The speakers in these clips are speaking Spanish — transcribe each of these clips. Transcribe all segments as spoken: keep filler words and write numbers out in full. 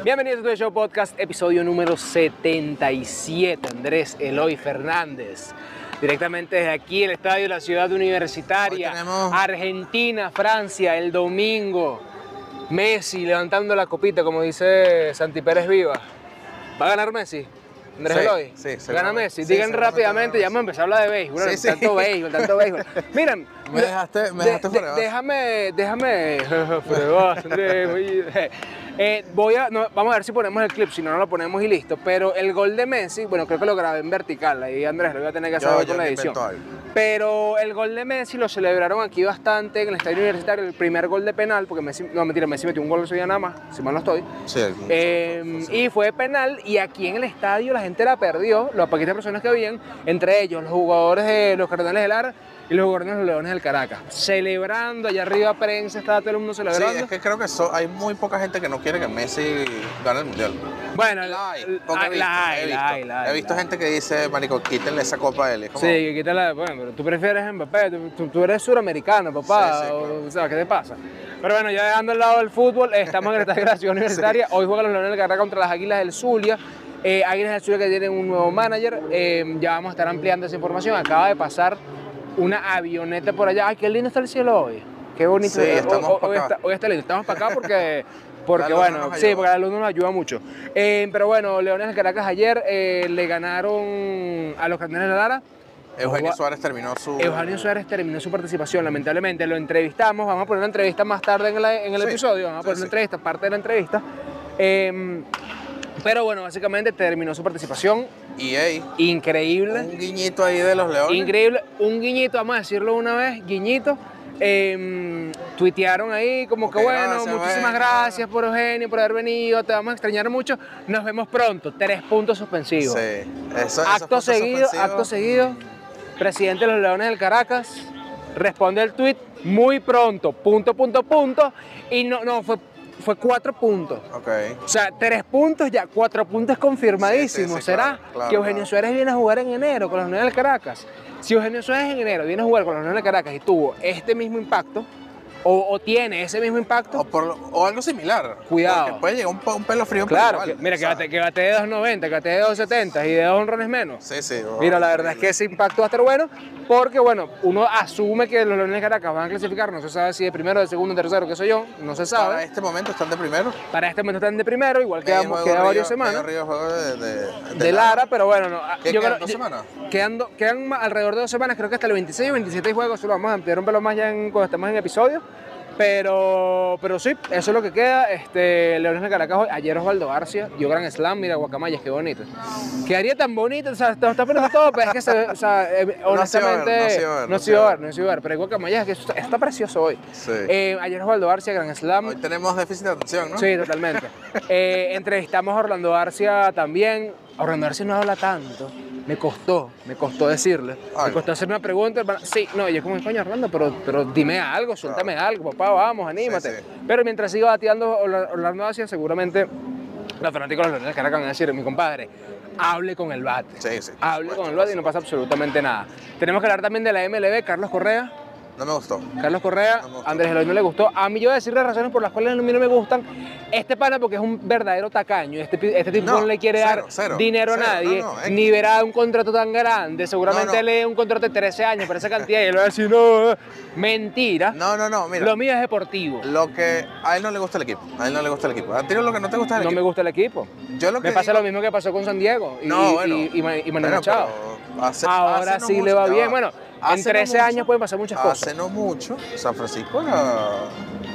Bienvenidos a Tu Show Podcast, episodio número setenta y siete. Andrés Eloy Fernández, directamente desde aquí, el estadio de la Ciudad Universitaria, tenemos... Argentina, Francia, el domingo. Messi levantando la copita, como dice Santi Pérez Viva. ¿Va a ganar Messi? Andrés Sí, Eloy, sí, gana Messi. sí, Digan rápidamente, ya vamos a empezar a hablar de béisbol. Sí, Sí, sí. Tanto béisbol, tanto béisbol. Miren, Me dejaste, me de- dejaste de- fuera. déjame, déjame, fregazo, Andrés, oye. Eh, voy a, no, vamos a ver si ponemos el clip, si no, no lo ponemos y listo. Pero el gol de Messi, bueno, creo que lo grabé en vertical, ahí Andrés lo voy a tener que hacer Yo- hoy yo con la me edición. invento algo. Pero el gol de Messi lo celebraron aquí bastante en el estadio universitario, el primer gol de penal, porque Messi, no mentira, Messi metió un gol ese día nada más, si mal no estoy. Sí, Eh, y fue penal, y aquí en el estadio la gente la perdió, las poquitas personas que habían, entre ellos los jugadores de los Cardenales del Lara y los jugadores de los Leones del Caracas, celebrando, allá arriba prensa, estaba todo el mundo Sí, celebrando. es que creo que so- hay muy poca gente que no quiere que Messi gane el Mundial. Bueno, La hay, l- porque he ah, visto, la hay, he la visto. hay, la hay, He visto la hay. gente que dice, marico, quítenle esa copa a él. Es como, Sí, que quítala, bueno, pero tú prefieres a Mbappé, tú, tú- tú eres suramericano, papá, Sí, sí, o, claro. o sea, ¿qué te pasa? Pero bueno, ya dejando al lado del fútbol, estamos en el estadio de la Ciudad Universitaria, hoy juegan los Leones del Caracas contra las Águilas del Zulia, eh, Águilas del Zulia que tienen un nuevo manager, eh, ya vamos a estar ampliando esa información, acaba de pasar una avioneta por allá, ay, qué lindo está el cielo hoy, qué bonito, Sí, eh, estamos hoy, pa' hoy acá. está, hoy está lindo, estamos para acá porque... Porque La luna bueno, nos sí, ayuda. porque la luz nos ayuda mucho. Eh, pero bueno, Leones del Caracas ayer eh, le ganaron a los Cardenales de Lara. Eugenio Ojo, Suárez terminó su... Eugenio Suárez terminó su participación, lamentablemente. Lo entrevistamos, vamos a poner una entrevista más tarde en, la- en el Sí, episodio, vamos a sí, poner sí. una entrevista, parte de la entrevista. Eh, pero bueno, básicamente terminó su participación. Y ey, Increíble, un guiñito ahí de los Leones. increíble. Un guiñito, vamos a decirlo una vez, guiñito. Eh, tuitearon ahí como que Ok, bueno, gracias, muchísimas bueno. gracias por Eugenio, por haber venido, te vamos a extrañar mucho, nos vemos pronto, tres puntos suspensivos. Sí, eso, esos Acto puntos seguido, suspensivos. acto seguido, presidente de los Leones del Caracas responde el tuit muy pronto, punto, punto, punto, y no, no, fue, fue cuatro puntos. Ok. O sea, tres puntos ya, cuatro puntos confirmadísimos. Sí, sí, sí, ¿Será claro, claro, que Eugenio claro. Suárez viene a jugar en enero con los Leones del Caracas? Si Eugenio Suárez en enero viene a jugar con los Leones del Caracas y tuvo este mismo impacto, o, o tiene ese mismo impacto, O, por, o algo similar. Cuidado. Porque puede llegar un, po- un pelo frío. claro, pero que- igual, mira, o que sea, bate, que bate de dos noventa, que bate de dos setenta y de dos honrones menos. Sí, sí. oh, Mira, la verdad es que increíble. ese impacto va a estar bueno porque, bueno, uno asume que los Leones de Caracas van a clasificar, no se sabe si de primero, de segundo, de tercero, qué sé yo, no se sabe. Para este momento están de primero. Para este momento están de primero, igual Medio queda, juego queda Río- varias medio semanas. Río juego de, de, De Lara, pero bueno, no, ¿Qué yo quedan, creo- dos yo- semanas? Quedan, do- quedan ma- alrededor de dos semanas, creo que hasta el veintiséis o veintisiete juegos, eso lo vamos a ampliar un pelo más ya en- cuando estemos en episodio. Pero, pero sí, eso es lo que queda. Este, Leones de Caracas hoy. Ayer Osvaldo García dio gran slam, mira, guacamayas, qué bonito. Quedaría tan bonito, o sea, está, está poniendo todo, pero es que, se, o sea, eh, honestamente, no se iba a ver, no se iba a ver, no se iba a ver, pero hay guacamayas, que eso está, está precioso hoy. Sí. Eh, ayer Osvaldo García, gran slam. Hoy tenemos déficit de atención, ¿no? Sí, totalmente. Eh, entrevistamos a Orlando García también. Orlando García no habla tanto. Me costó, me costó decirle. Me Algo. costó hacer una pregunta. Sí, no, yo como, coño, Orlando, pero, pero dime algo, suéltame algo, papá, vamos, anímate. Sí, sí. Pero mientras siga bateando Orla- Orlando García, seguramente los fanáticos de los Leones del Caracas van a decir, mi compadre, hable con el bate. Sí, sí. Hable con el bate y no pasa absolutamente nada. Tenemos que hablar también de la M L B, Carlos Correa. No me gustó. Carlos Correa, No me gustó. Andrés Eloy no le gustó. A mí yo voy a decir las razones por las cuales a mí no me gustan. Este pana porque es un verdadero tacaño. Este, pi- este tipo no, No, le quiere cero, dar cero, dinero cero, a nadie, no, no, X. ni verá un contrato tan grande. Seguramente No, no. lee un contrato de trece años por esa cantidad y él va a decir, no, eh". Mentira. No, no, no, mira. Lo mío es deportivo. Lo que a él no le gusta el equipo. A él no le gusta el equipo. A ti lo que no te gusta es el No me equipo. gusta el equipo. Yo lo que Me pasa digo- lo mismo que pasó con San Diego y, No, y- bueno. y, y, Ma- y Manuel Bueno, Machado. pero hace- Ahora hace no sí le mucho, va ya bien. va. Bueno, en Hace no trece mucho- años pueden pasar muchas cosas. Hace no mucho, San Francisco era...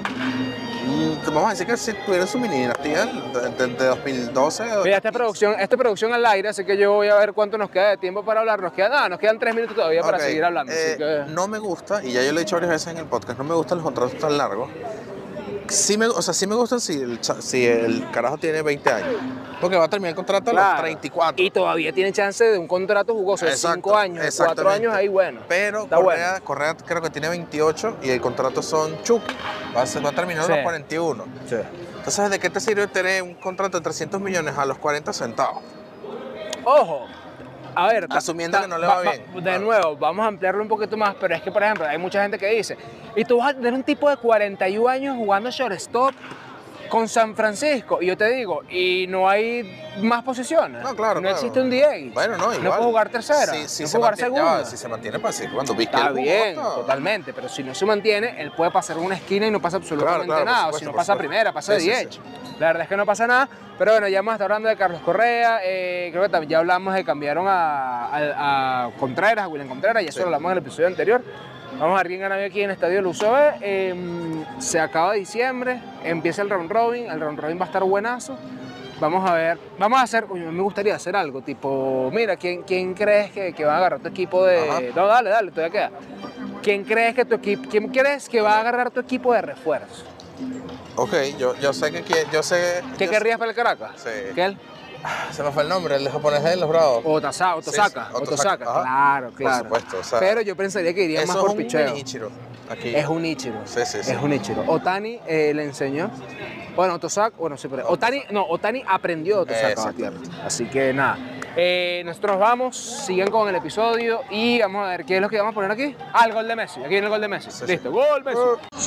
Mm, Vamos a decir que si tuvieron su mini dinastía de, de, de dos mil doce. Mira, esta es producción, esta es producción al aire, así que yo voy a ver cuánto nos queda de tiempo para hablar. Nos quedan, nada, nos quedan tres minutos todavía para Ok, seguir hablando. eh, así que... No me gusta, y ya yo lo he dicho varias veces en el podcast, no me gustan los contratos tan largos. Sí me, o sea, sí me gustan si el, cha- si el carajo tiene veinte años. Porque va a terminar el contrato a Claro. los treinta y cuatro. Y todavía tiene chance de un contrato jugoso de Exacto, cinco años, de cuatro exactamente. años, ahí bueno. Pero Está Correa, bueno. Correa creo que tiene veintiocho y el contrato son chup. Va a, ser- va a terminar a Sí. los cuarenta y uno. Sí. Entonces, ¿de qué te sirve tener un contrato de trescientos millones a los cuarenta centavos? Ojo, a ver, ta- Asumiendo ta- que no le va bien. De Claro. nuevo, vamos a ampliarlo un poquito más, pero es que, por ejemplo, hay mucha gente que dice, y tú vas a tener un tipo de cuarenta y uno años jugando shortstop, con San Francisco, y yo te digo, y no hay más posiciones. No, claro, No claro. existe un D A. Bueno, no, igual. No puedo jugar tercera, Sí, sí no se puedo jugar mantiene, segunda. ya, si se mantiene para seguir jugando. Vi que Está él jugó bien, hasta- totalmente, pero si no se mantiene, él puede pasar una esquina y no pasa absolutamente Claro, claro, por nada. supuesto, si no por pasa supuesto. primera, pasa Sí, de sí, D H. La verdad es que no pasa nada, pero bueno, ya hemos estado hablando de Carlos Correa, eh, creo que también ya hablamos de cambiaron a, a, a Contreras, a William Contreras, y eso Sí. lo hablamos en el episodio anterior. Vamos a ver quién gana hoy aquí en el Estadio Luzoe. Eh, se acaba diciembre, empieza el round robin, el round robin va a estar buenazo. Vamos a ver, vamos a hacer, uy, me gustaría hacer algo, tipo, mira, ¿quién, quién crees que, que va a agarrar tu equipo de...? Ajá. No, dale, dale, todavía queda. ¿Quién crees que tu equipo, quién crees que va a agarrar tu equipo de refuerzo? Ok, yo, yo sé que qui- yo sé. ¿Qué yo querrías para el Caracas? Sí. ¿Qué? Se me fue el nombre, el de japonés de los Bravos. Otasa, Otosaka, Sí, sí, Otosaka, Otosaka, ajá. claro, claro. Por supuesto, o sea, Pero yo pensaría que iría Eso más es por un picheo. mini Ichiro. Aquí. Es un Ichiro. Sí, sí, sí. Es un Ichiro. Otani eh, le enseñó. Bueno, Otosaka, bueno, sí, pero Otani, no, Otani aprendió de Otosaka a Exacto. batear. Así que nada. Eh, nosotros vamos, sigan con el episodio y vamos a ver qué es lo que vamos a poner aquí. Ah, el gol de Messi. Aquí viene el gol de Messi. Sí, sí. Listo, gol Messi.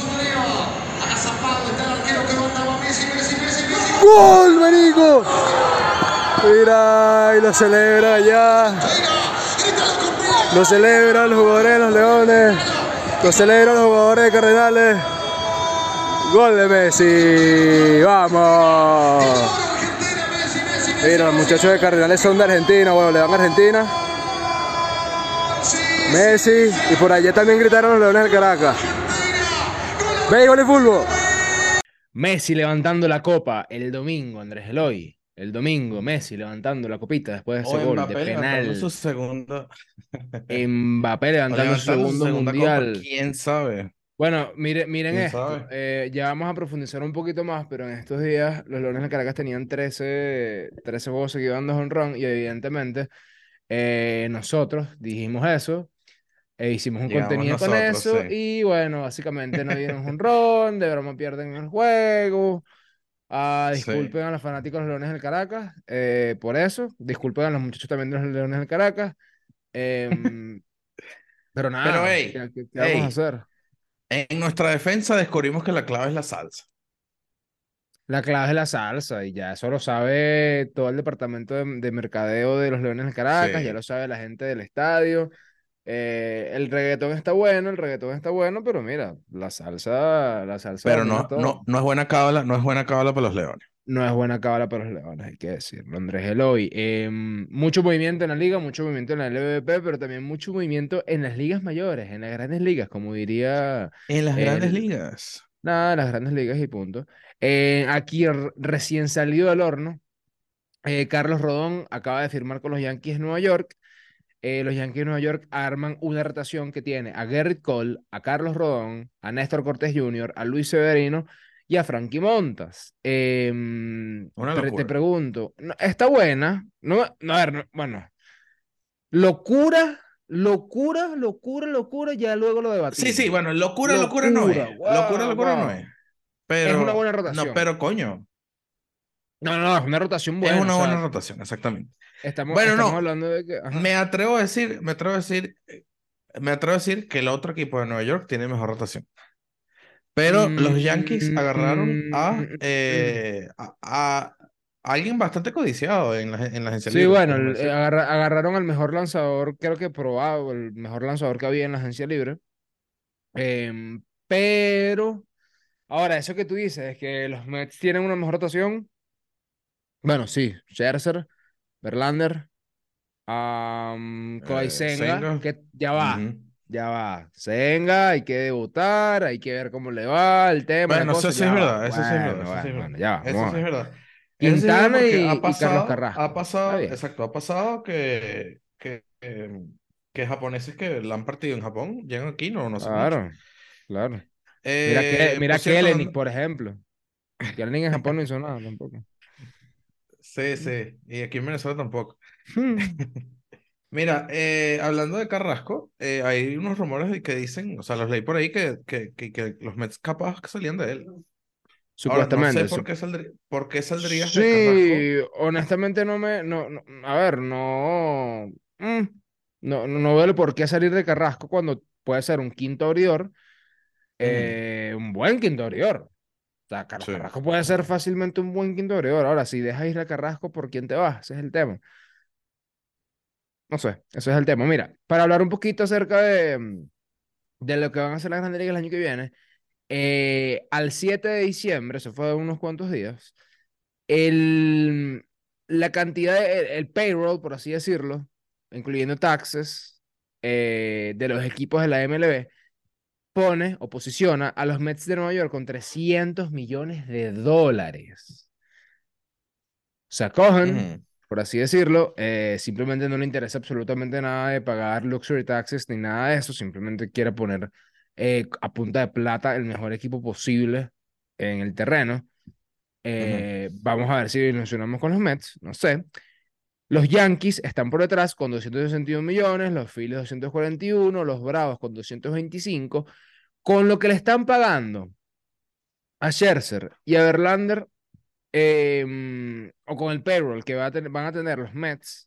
¡Gol, marico! Mira, y lo celebra ya. Lo celebran los jugadores de los Leones. Lo celebran los jugadores de Cardenales. Gol de Messi. ¡Vamos! Mira, los muchachos de Cardenales son de Argentina. Bueno, le van a Argentina. Messi. Y por allá también gritaron los Leones del Caracas. ¡Béisbol y fútbol! Messi levantando la copa el domingo, Andrés Eloy. El domingo, Messi levantando la copita después de ese O gol Mbappé de levantando penal. su segundo. Mbappé O levantando su levantando su segundo segunda copa. mundial. ¿Quién sabe? Bueno, mire, miren ¿Quién esto. sabe? Eh, ya vamos a profundizar un poquito más, pero en estos días los Leones de Caracas tenían trece, trece juegos seguidos dando jonrón y evidentemente eh, nosotros dijimos eso. E hicimos un Llegamos contenido con nosotros, eso sí. y bueno, básicamente no dieron jonrón, de broma pierden el juego. Ah, Sí. disculpen a los fanáticos de los Leones del Caracas eh, por eso. Disculpen a los muchachos también de los Leones del Caracas. Em, pero Pero, nada, hey, ¿qué, qué- qué vamos a hey, hacer? en nuestra defensa descubrimos que la clave es la salsa. La clave es la salsa y ya eso lo sabe todo el departamento de, de mercadeo de los Leones del Caracas, Sí. ya lo sabe la gente del estadio. Eh, el reggaetón está bueno, el reggaetón está bueno, pero mira, la salsa, la salsa Pero domina no, todo. no, no es buena cábala, no es buena cábala para los Leones. No es buena cábala para los Leones, hay que decirlo. Andrés Eloy, eh, mucho movimiento en la liga, mucho movimiento en la L V P, pero también mucho movimiento en las ligas mayores, en las grandes ligas, como diría En las grandes el, ligas. nada, las grandes ligas y punto. Eh, aquí r- recién salido del horno, eh, Carlos Rodón acaba de firmar con los Yankees de Nueva York. Eh, los Yankees de Nueva York arman una rotación que tiene a Gerrit Cole, a Carlos Rodón, a Néstor Cortés junior, a Luis Severino y a Frankie Montas. Em, Una pre- te locura. pregunto, no, ¿está buena? No, no, a ver, no, bueno, locura, locura, locura, locura, ya luego lo debatimos. Sí, sí, bueno, locura, locura no Locura, es. Locura, wow, locura no wow. es. Es una Pero, buena no, rotación. pero coño, No, no, no, es una rotación es buena, una o buena sea, rotación, exactamente. estamos, Bueno, estamos no, hablando de que, ajá. me atrevo a decir, me atrevo a decir, eh, me atrevo a decir que el otro equipo de Nueva York tiene mejor rotación. Pero Mm, los Yankees agarraron mm, a, mm, mm. eh, a, a alguien bastante codiciado en la, en la agencia Sí, libre, bueno, déjame el- eh, decir. agarra- agarraron al mejor lanzador, creo que probado, el mejor lanzador que había en la agencia libre. Em, pero, ahora, eso que tú dices, es que los Mets tienen una mejor rotación. Bueno, sí, Scherzer, Verlander, um, Kodai Eh, Senga, Senga. que ya va, Ujú. ya va. Senga, hay que debutar, hay que ver cómo le va el tema, la Bueno, eso cosa, sí es ya va. verdad, eso sí es verdad, Bueno, eso sí bueno, es verdad. bueno, ya va, Eso vamos a sí es ver. verdad. Eso sí es verdad Quintana porque ha y, y Carlos pasado, ha Carrasco. Está pasado, bien. exacto, ha pasado que, que, que, que japoneses que la han partido en Japón llegan aquí, no, no hacen mucho. Claro, claro. Mira que, Eh, por mira cierto, Kellenic, hablando- por ejemplo. Kellenic en Japón no hizo nada tampoco. sí, sí, y aquí en Venezuela tampoco. Hmm. Mira, eh, hablando de Carrasco, eh, hay unos rumores de que dicen, o sea, los leí por ahí que, que, que, que los Mets capaz que salían de él. Ahora, no sé Supuestamente. por Sup- qué saldrí- por qué saldrías de Carrasco. sí, honestamente no me. No, no, a ver, no. mm, no, no no veo el por qué salir de Carrasco cuando puede ser un quinto abridor. Ujú. eh, un buen quinto abridor. O sea, Carlos Sí. Carrasco puede ser fácilmente un buen quinto abridor. Ahora, si dejas ir a Carrasco, ¿por quién te vas? Ese es el tema. No sé, ese es el tema. Mira, para hablar un poquito acerca de, mm, de lo que van a hacer las Grandes Ligas el año que viene, eh, al siete de diciembre, se fue unos cuantos días, el, la cantidad, de, el, el payroll, por así decirlo, incluyendo taxes, eh, de los equipos de la M L B, pone o posiciona a los Mets de Nueva York con trescientos millones de dólares. O sea, cogen, Ujú, por así decirlo, eh, simplemente no le interesa absolutamente nada de pagar luxury taxes ni nada de eso, simplemente quiere poner eh, a punta de plata el mejor equipo posible en el terreno. ujú. Eh, vamos a ver si ilusionamos con los Mets, no sé. Los Yankees están por detrás con doscientos sesenta y uno millones, los Phillies doscientos cuarenta y uno, los Bravos con doscientos veinticinco, con lo que le están pagando a Scherzer y a Verlander, eh, o con el payroll que va a tener, van a tener los Mets,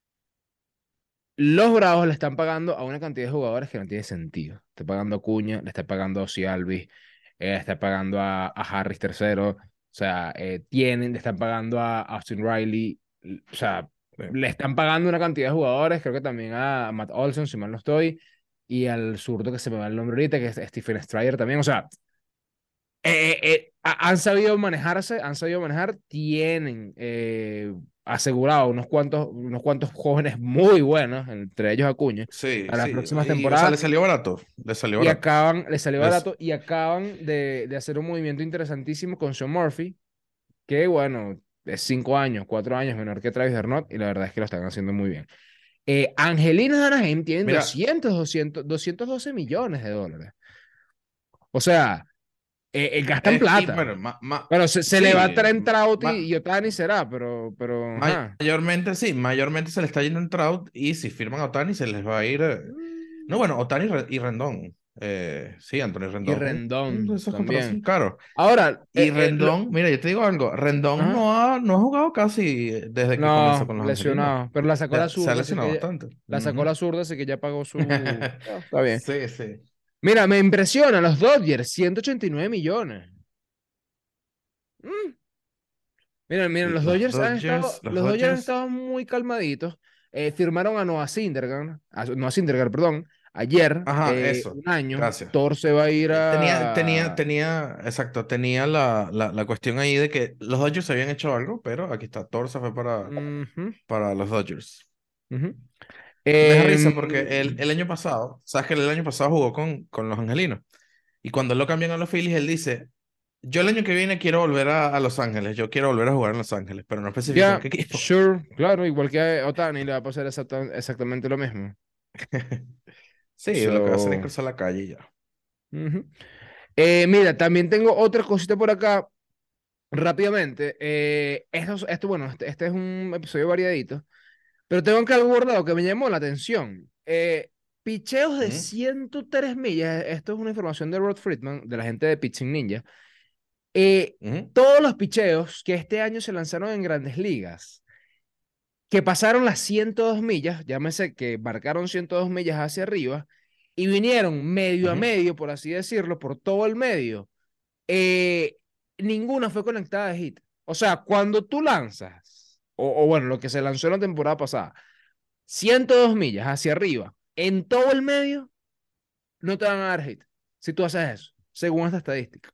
los Bravos le están pagando a una cantidad de jugadores que no tiene sentido. Está pagando a Acuña, le está pagando a Ozzy Albies, eh, le está pagando a, a Harris tercero, o sea, eh, tienen, le están pagando a Austin Riley, o sea, Sí. le están pagando una cantidad de jugadores, creo que también a Matt Olson, si mal no estoy, y al zurdo que se me va el nombre ahorita, que es Stephen Strider también, o sea, eh, eh, ha- han sabido manejarse, han sabido manejar, tienen eh, asegurado unos cuantos, unos cuantos jóvenes muy buenos, entre ellos Acuña, Sí, para las sí. próximas Y, o sea, le temporadas, salió barato. Le salió y barato. acaban, les salió Les... barato, y acaban de, de hacer un movimiento interesantísimo con Sean Murphy, que bueno, es cinco años, cuatro años menor que Travis Dernott, y la verdad es que lo están haciendo muy bien. Eh, Angelina y Anaheim tienen Mira, doscientos doscientos doscientos doce millones de dólares. O sea, eh, eh, gastan es, y plata. bueno, ma- ma- Bueno, se, se le va a sí, Trent Trout y, ma- y Otani será, pero, pero, ajá. mayormente sí, mayormente se le está yendo en Trout y si firman a Otani se les va a ir. eh, No, Mm. bueno, Otani y Re- y Rendón. Eh, sí, Anthony Y Rendón. mm, Rendón Esos contratos son también. caros. Ahora, Y eh, eh, lo- Rendón, mira, yo te digo algo, Rendón ajá. no ha, no ha jugado casi desde que comenzó No, con los Angelinos. lesionado, pero la sacó la Ya, se ha zurda, así lesionado que ya, bastante. la sacó Ujú. la zurda, así que ya pagó su... Ah, está bien. Sí, sí. Mira, me impresiona los Dodgers, ciento ochenta y nueve millones. Mm. Miren, miren, los Los Dodgers han estado, Dodgers, los los Dodgers han Dodgers. estado muy calmaditos. Eh, firmaron a Noah Syndergaard, a Noah Syndergaard, perdón, ayer, Ajá, eh, eso. un año. Gracias. Thor se va a ir Eh, Tenía, tenía, a... tenía, exacto, tenía la, la, la cuestión ahí de que los Dodgers habían hecho algo, pero aquí está, Thor se fue para, Ujú, para los Dodgers. ujú. Me da Em, risa porque el, el año pasado, sabes que el año pasado jugó con, con los Angelinos, y cuando lo cambian a los Phillies, él dice, yo el año que viene quiero volver a, a Los Ángeles, yo quiero volver a jugar en Los Ángeles, pero no especificó en ya, qué equipo. sure, claro, igual que a Otani le va a pasar exacta- exactamente lo mismo. Sí, lo que va a hacer es So, cruzar la calle y ya. ujú. Eh, mira, también tengo otra cosita por acá, rápidamente. Eh, esto, esto, bueno, este, este es un episodio variadito, pero tengo que algo guardado que me llamó la atención. Eh, picheos de Ujú, ciento tres millas, esto es una información de Rod Friedman, de la gente de Pitching Ninja. Eh, ujú. todos los picheos que este año se lanzaron en Grandes Ligas, que pasaron las ciento dos millas, llámese que marcaron ciento dos millas hacia arriba, y vinieron medio a Ujú. medio, por así decirlo, por todo el medio, eh, ninguna fue conectada de hit. O sea, cuando tú lanzas, o, o bueno, lo que se lanzó en la temporada pasada, ciento dos millas hacia arriba, en todo el medio, no te van a dar hit. Si tú haces eso, según esta estadística.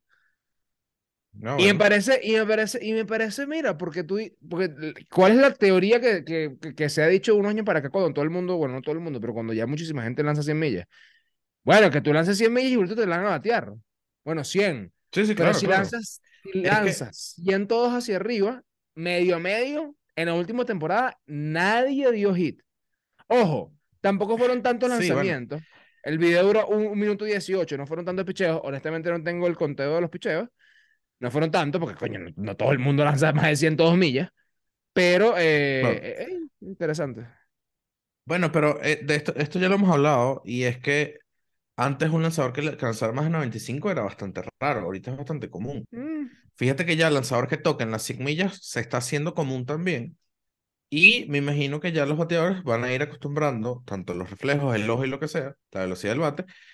No, Y me bueno. parece, y me parece, y me parece, mira, porque tú, porque, ¿cuál es la teoría que, que, que, que se ha dicho unos años para acá cuando todo el mundo, bueno, no todo el mundo, pero cuando ya muchísima gente lanza cien millas? Bueno, que tú lances cien millas y ahorita te la van a batear. Bueno, cien. Sí, sí, Pero claro, si claro. lanzas, si Es que, lanzas cien todos hacia arriba, medio a medio, en la última temporada, nadie dio hit. Ojo, tampoco fueron tantos sí, bueno. lanzamientos. El video duró un, un minuto dieciocho, no fueron tantos picheos. Honestamente no tengo el conteo de los picheos. No fueron tantos, porque coño, no, no todo el mundo lanza más de ciento dos millas. Pero, eh, Claro. eh, eh, interesante. Bueno, pero eh, de esto, esto ya lo hemos hablado y es que antes un lanzador que le- que lanzara más de noventa y cinco era bastante raro, ahorita es bastante común. Mm, Fíjate que ya el lanzador que toca en las cien millas se está haciendo común también y me imagino que ya los bateadores van a ir acostumbrando tanto los reflejos, el ojo y lo que sea, la velocidad del bate,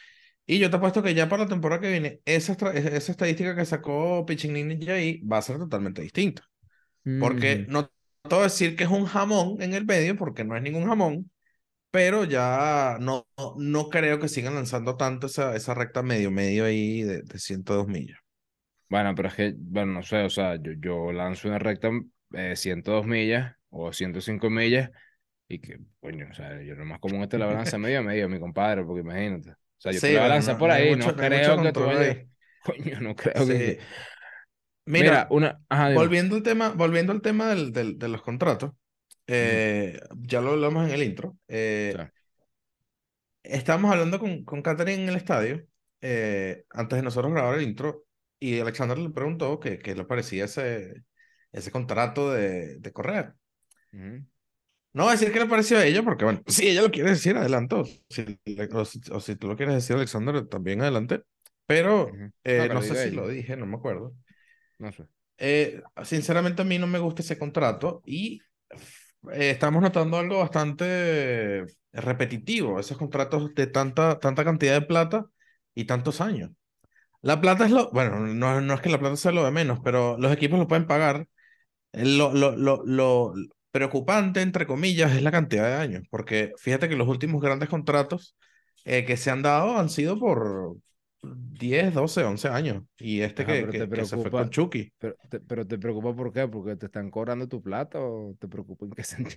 Y yo te apuesto que ya para la temporada que viene, esa, estra- esa estadística que sacó Pitching Ninja ahí va a ser totalmente distinta. Porque Ujú. no te voy a decir que es un jamón en el medio, porque no es ningún jamón, pero ya no, no, no creo que sigan lanzando tanto esa, esa recta medio medio ahí de, de ciento dos millas. Bueno, pero es que, bueno, no sé, o sea, yo, yo lanzo una recta eh, ciento dos millas o ciento cinco millas y que, coño, o sea, yo lo más común es que la lanza medio a medio, mi compadre, porque imagínate. O sea, yo te Sí, la voy a bueno, lanzar no, por no hay ahí, mucho, no no hay mucho creo que tú control vayas, ahí. coño, no creo que... que- Sí. Mira, Mira, una, ajá, dime. volviendo al tema, volviendo al tema del, del- de los contratos, Ujú. eh, ya lo hablamos en el intro. Sí. Eh, estábamos hablando con, con Catherine en el estadio, eh, antes de nosotros grabar el intro, y Alexander le preguntó qué qué le parecía ese, ese contrato de, de Correa. Ujú, No voy a decir qué le pareció a ella, porque bueno, si ella lo quiere decir, adelante. O si, le- o si, o si tú lo quieres decir, Alexander, también adelante. Pero ujú. No, eh, que lo no sé diga si ella, lo dije, no me acuerdo. no sé. Eh, sinceramente a mí no me gusta ese contrato y eh, estamos notando algo bastante repetitivo, esos contratos de tanta, tanta cantidad de plata y tantos años. La plata es lo, bueno, no, no es que la plata sea lo de menos, pero los equipos lo pueden pagar. Eh, Lo, lo, lo, lo preocupante, entre comillas, es la cantidad de años, porque fíjate que los últimos grandes contratos eh, que se han dado han sido por diez doce once años, y este Ajá, que, pero te que, que se fue con preocupa, Chucky. pero te, pero te preocupa ¿por qué? Porque te están cobrando tu plata o te preocupa en qué sentido.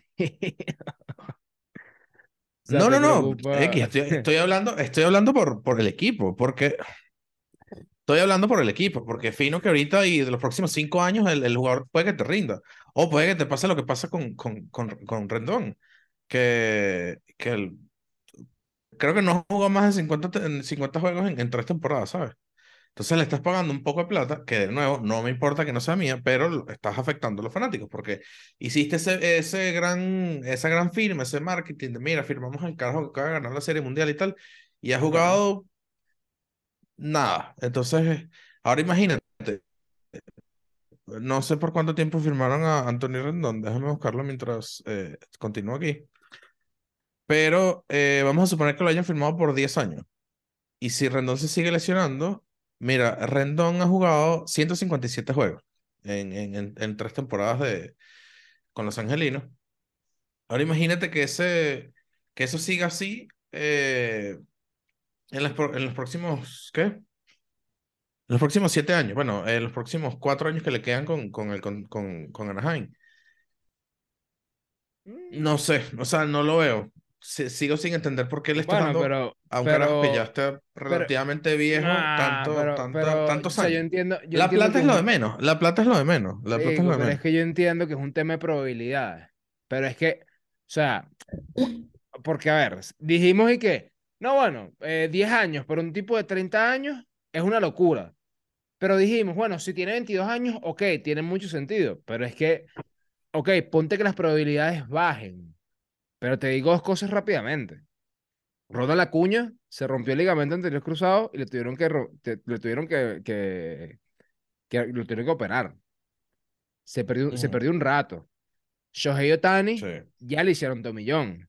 O sea, No, te no, no, preocupa. X, estoy, estoy hablando, estoy hablando por, por el equipo, porque estoy hablando por el equipo, porque fino que ahorita y de los próximos cinco años el, el jugador puede que te rinda, o puede que te pase lo que pasa con, con, con, con Rendón, que, que el- creo que no jugó más de cincuenta te- en cincuenta juegos en, en tres temporadas, ¿sabes? Entonces le estás pagando un poco de plata, que de nuevo no me importa que no sea mía, pero lo- estás afectando a los fanáticos, porque hiciste ese, ese gran, esa gran firma, ese marketing de, mira, firmamos al carajo que va a ganar la Serie Mundial y tal, y ha Ajá. jugado nada. Entonces, ahora imagínate, no sé por cuánto tiempo firmaron a Anthony Rendón, déjame buscarlo mientras eh, continúo aquí, pero eh, vamos a suponer que lo hayan firmado por diez años. Y si Rendón se sigue lesionando, mira, Rendón ha jugado ciento cincuenta y siete juegos en, en, en, en tres temporadas de, con los Angelinos. Ahora imagínate que, ese, que eso siga así eh, en, las pro- en los próximos, ¿qué? En los próximos siete años. Bueno, en los próximos cuatro años que le quedan con, con, el, con, con, con Anaheim. No Mm, sé, o sea, no lo veo. Si- sigo sin entender por qué le estás Bueno, dando pero, a un carajo que ya pero, está pero, relativamente viejo ah, tanto, pero, tanta, pero, o tantos sea, yo años. entiendo, yo La entiendo plata que es es lo de un, menos, la plata es lo de menos, la plata es lo marico, de pero es menos. que yo entiendo que es un tema de probabilidades. Pero es que, o sea, porque a ver, dijimos y que, no, bueno, eh, diez años, pero un tipo de treinta años es una locura. Pero dijimos, bueno, si tiene veintidós años, ok, tiene mucho sentido. Pero es que, ok, ponte que las probabilidades bajen. Pero te digo dos cosas rápidamente. Ronald Acuña se rompió el ligamento anterior cruzado y le tuvieron que, ro- te- le tuvieron que, que, que lo tuvieron que operar. Se perdió, se Ujú. perdió un rato. Shohei Ohtani Sí. ya le hicieron tomillón.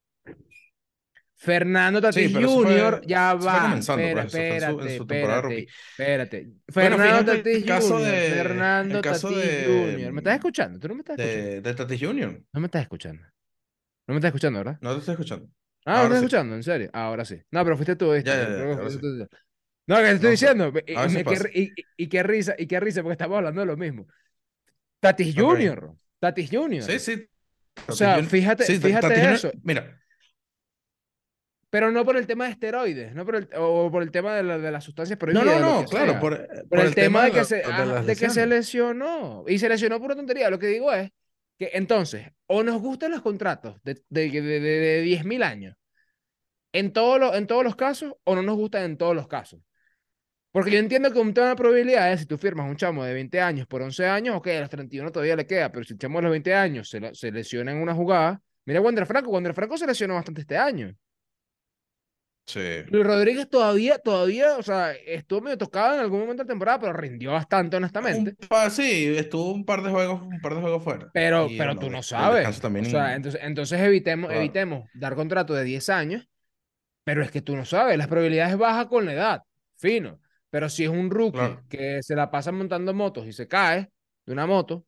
Fernando Sí, Tatis pero eso Junior, fue, ya eso fue va. comenzando, Espera, pues eso fue en su, en espérate, su temporada de rookie. espérate, espérate. Bueno, Fernando fíjate Tatis el caso Junior, de, el Fernando caso Tatis de, Junior. ¿Me estás mm, escuchando? ¿Tú no me estás escuchando? de, de Tatis Junior No me estás escuchando. No me estás escuchando, ¿verdad? No te estoy escuchando. Ah, no me Ahora estás sí. escuchando, en serio. Ah, ahora sí. No, pero fuiste tú, ¿viste? Ya, ya, Creo, ya, creo que ahora fuiste sí. tú. No, que te estoy No sé. diciendo. A Y, ver si me- pasa. qué, y, y- y qué risa, y qué risa, porque estamos hablando de lo mismo. Tatis Ok. Junior. Tatis Sí, Junior. sí. O Tatis sea, Junior. fíjate, Sí, Ta- Tatis fíjate Junior. eso. Mira. Pero no por el tema de esteroides, no por el, o por el tema de, la- de las sustancias No, prohibidas, no, de lo no, que claro, sea. por, eh, Por por el el tema tema de, de que la- se, de ajá, las de que se lesiones. lesionó. Y se lesionó por una tontería. Lo que digo es que entonces, o nos gustan los contratos de, de, de, de, de diez mil años en, todo lo, en todos los casos, o no nos gustan en todos los casos. Porque yo entiendo que un tema de probabilidades, si tú firmas un chamo de veinte años por once años, ok, a los treinta y uno todavía le queda, pero si el chamo de los veinte años se, le- se lesiona en una jugada, mira Wander Franco, Wander Franco se lesionó bastante este año. Sí. Luis Rodríguez todavía, todavía, o sea, estuvo medio tocado en algún momento de la temporada, pero rindió bastante, honestamente. Un par, sí, estuvo un par de juegos, un par de juegos fuera. Pero, Y pero bueno, tú no des- el descanso sabes. O sea, también, entonces, entonces evitemos, claro. evitemos dar contrato de diez años Pero es que tú no sabes, las probabilidades bajan con la edad, fino. Pero si es un rookie Claro. que se la pasa montando motos y se cae de una moto,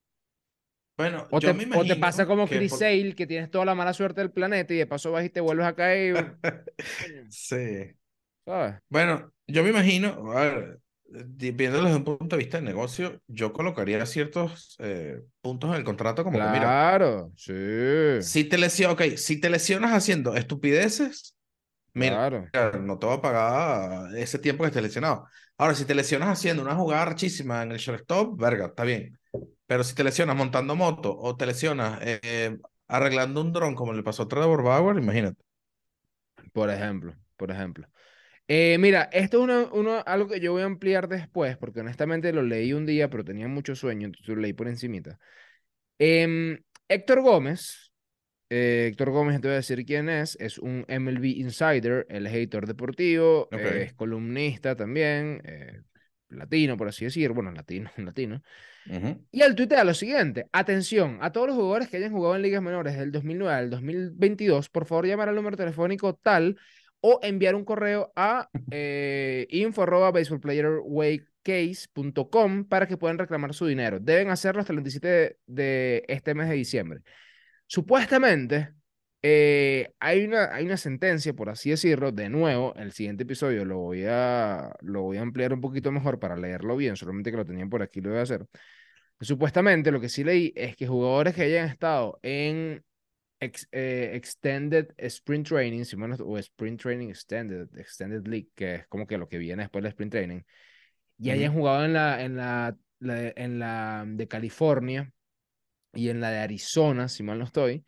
Bueno, o yo te, me o te pasa imagino como que Chris por... Sale, que tienes toda la mala suerte del planeta y de paso vas y te vuelves a caer, coño, Sí. ¿sabes? Bueno, yo me imagino, a ver, di- viéndolo desde un punto de vista de negocio, yo colocaría ciertos eh, puntos en el contrato como que, mira, Claro, sí, si te lesionas, ok, si te lesionas haciendo estupideces, mira, claro. no te va a pagar ese tiempo que estés lesionado. Ahora, si te lesionas haciendo una jugada rachísima en el shortstop, verga, está bien. Pero si te lesionas montando moto o te lesionas eh, eh, arreglando un dron como le pasó a Trevor Bauer, imagínate. Por ejemplo, por ejemplo. Eh, mira, esto es una, uno- algo que yo voy a ampliar después, porque honestamente lo leí un día, pero tenía mucho sueño, entonces lo leí por encimita. Em, Héctor Gómez, eh, Héctor Gómez, te voy a decir quién es, es un M L B Insider, él es editor deportivo, eh, Ok. es columnista también, eh, latino, por así decir, bueno, latino, latino. Ujú. Y él tuitea lo siguiente: atención, a todos los jugadores que hayan jugado en ligas menores del dos mil nueve al dos mil veintidós, por favor llamar al número telefónico tal o enviar un correo a eh, info arroba baseballplayerwaycase punto com para que puedan reclamar su dinero. Deben hacerlo hasta el veintisiete de, de este mes de diciembre. Supuestamente, eh, hay una, hay una sentencia, por así decirlo, de nuevo, el siguiente episodio lo voy a, lo voy a ampliar un poquito mejor para leerlo bien, solamente que lo tenían por aquí, lo voy a hacer. Supuestamente, lo que sí leí es que jugadores que hayan estado en ex- eh, Extended Sprint Training, si mal no- o Sprint Training Extended, Extended League, que es como que lo que viene después del Sprint Training, y hayan Ujú. jugado en la, en la, la- en la de California y en la de Arizona, si mal no estoy,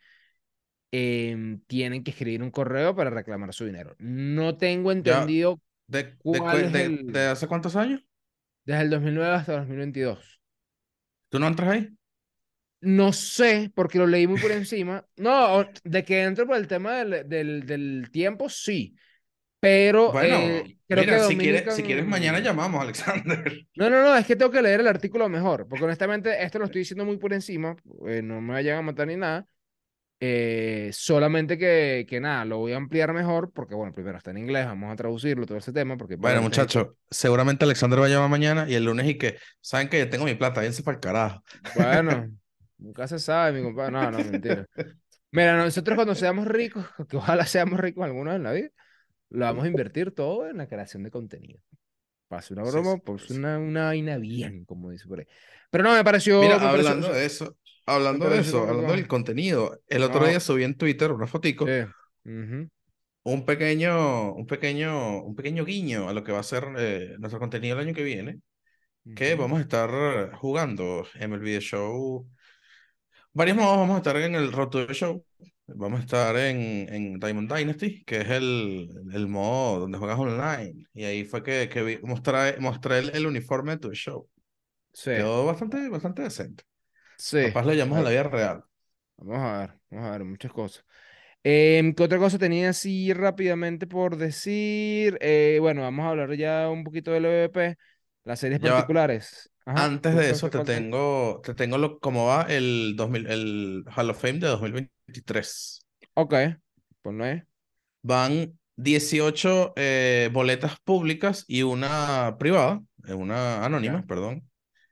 em, tienen que escribir un correo para reclamar su dinero. No tengo Ya, entendido ¿de, de, cuál cue- es de, de el, hace cuántos años? desde el dos mil nueve hasta dos mil veintidós. ¿Tú no entras ahí? No sé, porque lo leí muy por encima. No, de que entro por el tema del, del, del tiempo, sí. Pero Bueno, eh, creo que mira, si quieres, si quieres mañana Dominican... llamamos, Alexander. No, no, no, es que tengo que leer el artículo mejor, porque honestamente esto lo estoy diciendo muy por encima, eh, no me vayan a matar ni nada. Eh, solamente que, que nada, lo voy a ampliar mejor, porque bueno, primero está en inglés, vamos a traducirlo, todo ese tema, porque hay Bueno, palabritas ahí que... muchacho, seguramente Alexander va a llamar mañana y el lunes y que, ¿saben que ya tengo mi plata? Váyanse para el carajo. Bueno, nunca se sabe, mi compadre. No, no, mentira. Mira, nosotros cuando seamos ricos, que ojalá seamos ricos alguna vez en la vida, lo vamos a invertir todo en la creación de contenido. Pase una Sí, sí, broma, pues sí. una, una vaina bien, como dice por ahí. Pero no, me pareció, Mira, me pareció, o hablando sea, de eso, me hablando de pareció eso, hablando algo. del contenido, el otro No, día subí en Twitter una sí. fotico, Ujú, un pequeño, un pequeño, un pequeño guiño a lo que va a ser eh, nuestro contenido el año que viene, que ujú, vamos a estar eh, jugando en el video show. Varios modos, vamos a estar en el Road to the Show, vamos a estar en, en Diamond Dynasty, que es el, el modo donde juegas online. Y ahí fue que, que vi- mostré, mostré el, el uniforme de tu show. sí, Quedó bastante, bastante decente. sí. Capaz lo llamamos a la Bueno, vida real. vamos a ver, vamos a ver muchas cosas. Em, ¿qué otra cosa tenía así rápidamente por decir? Eh, bueno, vamos a hablar ya un poquito del E V P, las series Ya va. particulares. Ajá, Antes ¿qué de cosa eso, te te falta? tengo, te tengo lo, cómo va el, dos mil el Hall of Fame de dos mil veintitrés. Ok, pues no es. Van dieciocho eh, boletas públicas y una privada, eh, una Ok, anónima, perdón.